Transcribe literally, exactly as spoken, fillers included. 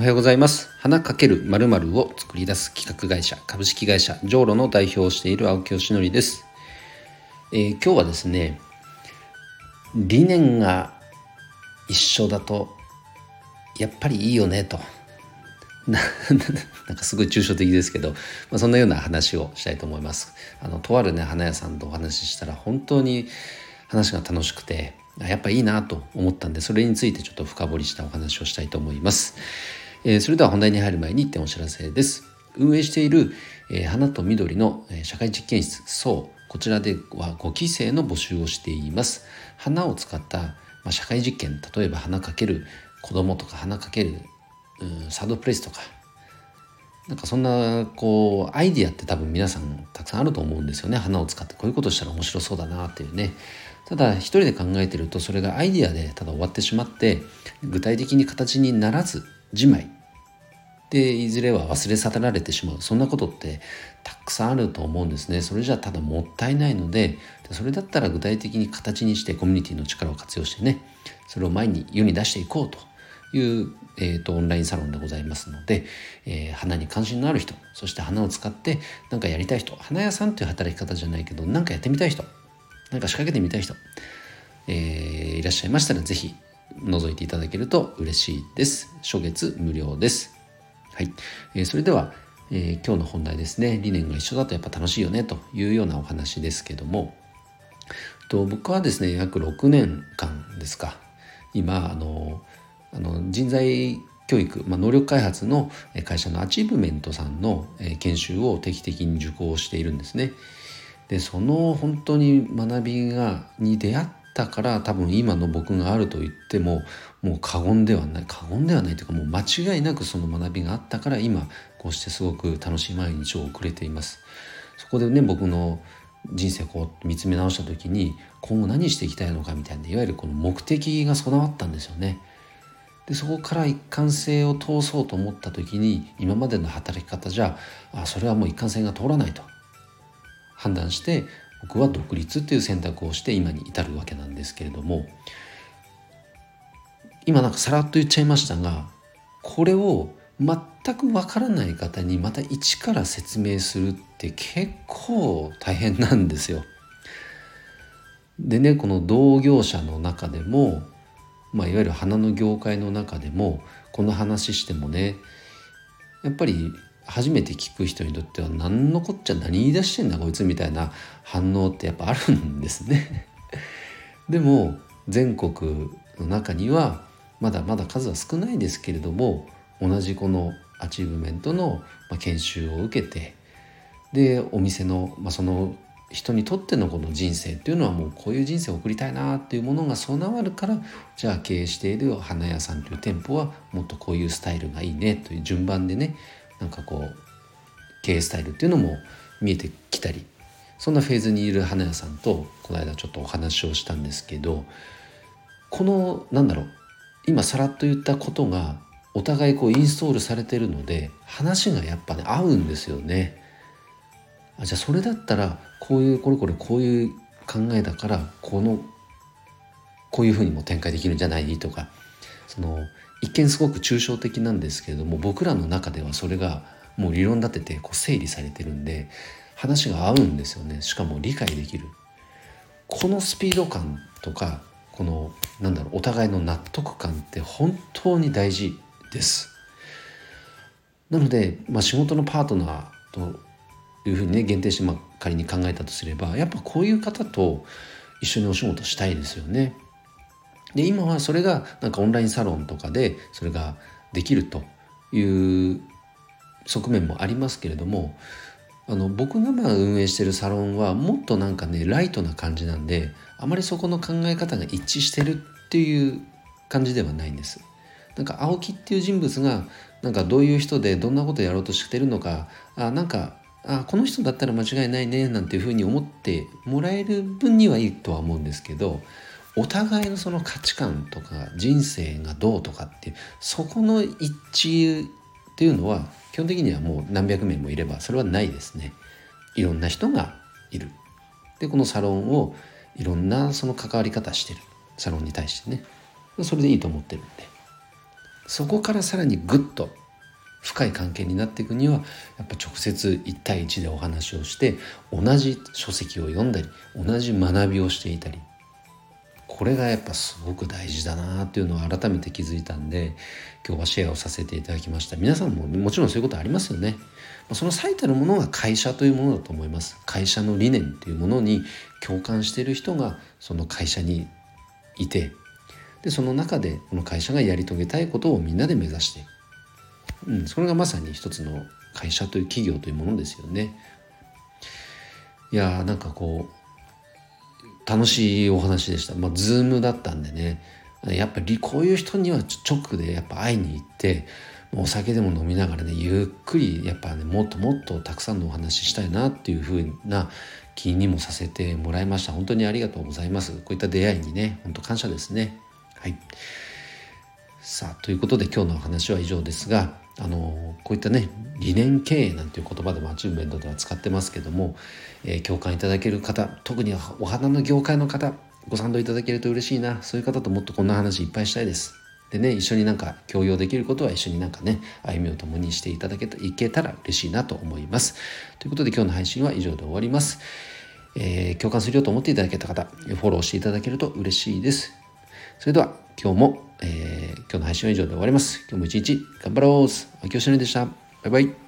はようございます。花×〇〇を作り出す企画会社株式会社ジョーロの代表をしている青木よしのりです。えー、今日はですね、理念が一緒だとやっぱりいいよねとな, なんかすごい抽象的ですけど、まあ、そんなような話をしたいと思います。あのとあるね花屋さんとお話ししたら本当に話が楽しくてやっぱいいなと思ったんで、それについてちょっと深掘りしたお話をしたいと思います。えー、それでは本題に入る前に一点お知らせです。運営している、えー、花と緑の、えー、社会実験室そう、こちらではごき生の募集をしています。花を使った、まあ、社会実験、例えば花かける子供とか花かける、うん、サードプレイスとか、なんかそんなこうアイディアって多分皆さんたくさんあると思うんですよね。花を使ってこういうことしたら面白そうだなっていうね。ただ一人で考えてるとそれがアイディアでただ終わってしまって、具体的に形にならずじまいでいずれは忘れ去られてしまう、そんなことってたくさんあると思うんですね。それじゃただもったいないので、それだったら具体的に形にしてコミュニティの力を活用してね、それを前に世に出していこうという、えー、とオンラインサロンでございますので、えー、花に関心のある人、そして花を使って何かやりたい人、花屋さんという働き方じゃないけど何かやってみたい人、何か仕掛けてみたい人、えー、いらっしゃいましたらぜひ覗いていただけると嬉しいです。初月無料です。はい、えー、それでは、えー、今日の本題ですね。理念が一緒だとやっぱ楽しいよねというようなお話ですけども、と僕はですね約ろくねんかんですか、今あのあの人材教育、まあ、能力開発の会社のアチーブメントさんの研修を定期的に受講しているんですね。でその本当に学びがに出会ったから多分今の僕があると言ってももう過言ではない過言ではないというか、もう間違いなくその学びがあったから今こうしてすごく楽しい毎日を送れています。そこでね、僕の人生をこう見つめ直した時に今後何していきたいのかみたいな、いわゆるこの目的が備わったんですよね。でそこから一貫性を通そうと思った時に、今までの働き方じゃあそれはもう一貫性が通らないと判断して、僕は独立っていう選択をして今に至るわけなんですけれども、今なんかさらっと言っちゃいましたが、これを全くわからない方にまた一から説明するって結構大変なんですよ。でね、この同業者の中でも、まあ、いわゆる花の業界の中でもこの話してもね、やっぱり初めて聞く人にとっては何のこっちゃ何言い出してんだこいつみたいな反応ってやっぱあるんですねでも全国の中にはまだまだ数は少ないですけれども、同じこのアチーブメントの研修を受けて、でお店の、まあ、その人にとってのこの人生っていうのはもうこういう人生を送りたいなっていうものが備わるから、じゃあ経営している花屋さんという店舗はもっとこういうスタイルがいいねという順番でね、なんかこう経営スタイルっていうのも見えてきたり、そんなフェーズにいる花屋さんとこの間ちょっとお話をしたんですけど、このなんだろう今さらっと言ったことがお互いこうインストールされてるので、話がやっぱね合うんですよね。あ、じゃあそれだったらこういうこれこれこういう考えだからこのこういうふうにも展開できるんじゃないとか、その一見すごく抽象的なんですけれども、僕らの中ではそれがもう理論立ててこう整理されてるんで話が合うんですよね。しかも理解できる。このスピード感とかこのなんだろうお互いの納得感って本当に大事です。なので、まあ、仕事のパートナーというふうにね限定して、まあ、仮に考えたとすれば、やっぱこういう方と一緒にお仕事したいですよね。で今はそれがなんかオンラインサロンとかでそれができるという側面もありますけれども、あの僕がまあ運営しているサロンはもっとなんかねライトな感じなんで、あまりそこの考え方が一致してるっていう感じではないんです。なんか青木っていう人物がなんかどういう人でどんなことやろうとしてるのか、あなんかあこの人だったら間違いないねなんていうふうに思ってもらえる分にはいいとは思うんですけど、お互いのその価値観とか人生がどうとかっていうそこの一致っていうのは基本的にはもう何百名もいればそれはないですね。いろんな人がいる。でこのサロンをいろんなその関わり方してるサロンに対してね、それでいいと思ってるんで、 そこからさらにぐっと深い関係になっていくには、やっぱ直接いち対いちでお話をして、同じ書籍を読んだり同じ学びをしていたり、これがやっぱすごく大事だなっていうのを改めて気づいたんで、今日はシェアをさせていただきました。皆さんももちろんそういうことありますよね。その最たるものが会社というものだと思います。会社の理念というものに共感している人がその会社にいて、でその中でこの会社がやり遂げたいことをみんなで目指していく、うん、それがまさに一つの会社という企業というものですよね。いやーなんかこう楽しいお話でした。まあズームだったんでね、やっぱりこういう人には直でやっぱ会いに行って、お酒でも飲みながらね、ゆっくりやっぱね、もっともっとたくさんのお話ししたいなっていう風な気にもさせてもらいました。本当にありがとうございます。こういった出会いにね、本当感謝ですね。はい。さあということで今日のお話は以上ですが、あのこういったね理念経営なんていう言葉でもアチューブメントでは使ってますけども、えー、共感いただける方、特にお花の業界の方、ご賛同いただけると嬉しいな。そういう方ともっとこんな話いっぱいしたいです。でね、一緒になんか共有できることは一緒になんかね歩みを共にしていただけたいけたら嬉しいなと思います。ということで今日の配信は以上で終わります。えー、共感するよと思っていただけた方、フォローしていただけると嬉しいです。それでは今日も、えー、今日の配信は以上で終わります。今日も一日頑張ろう。秋吉典でした。バイバイ。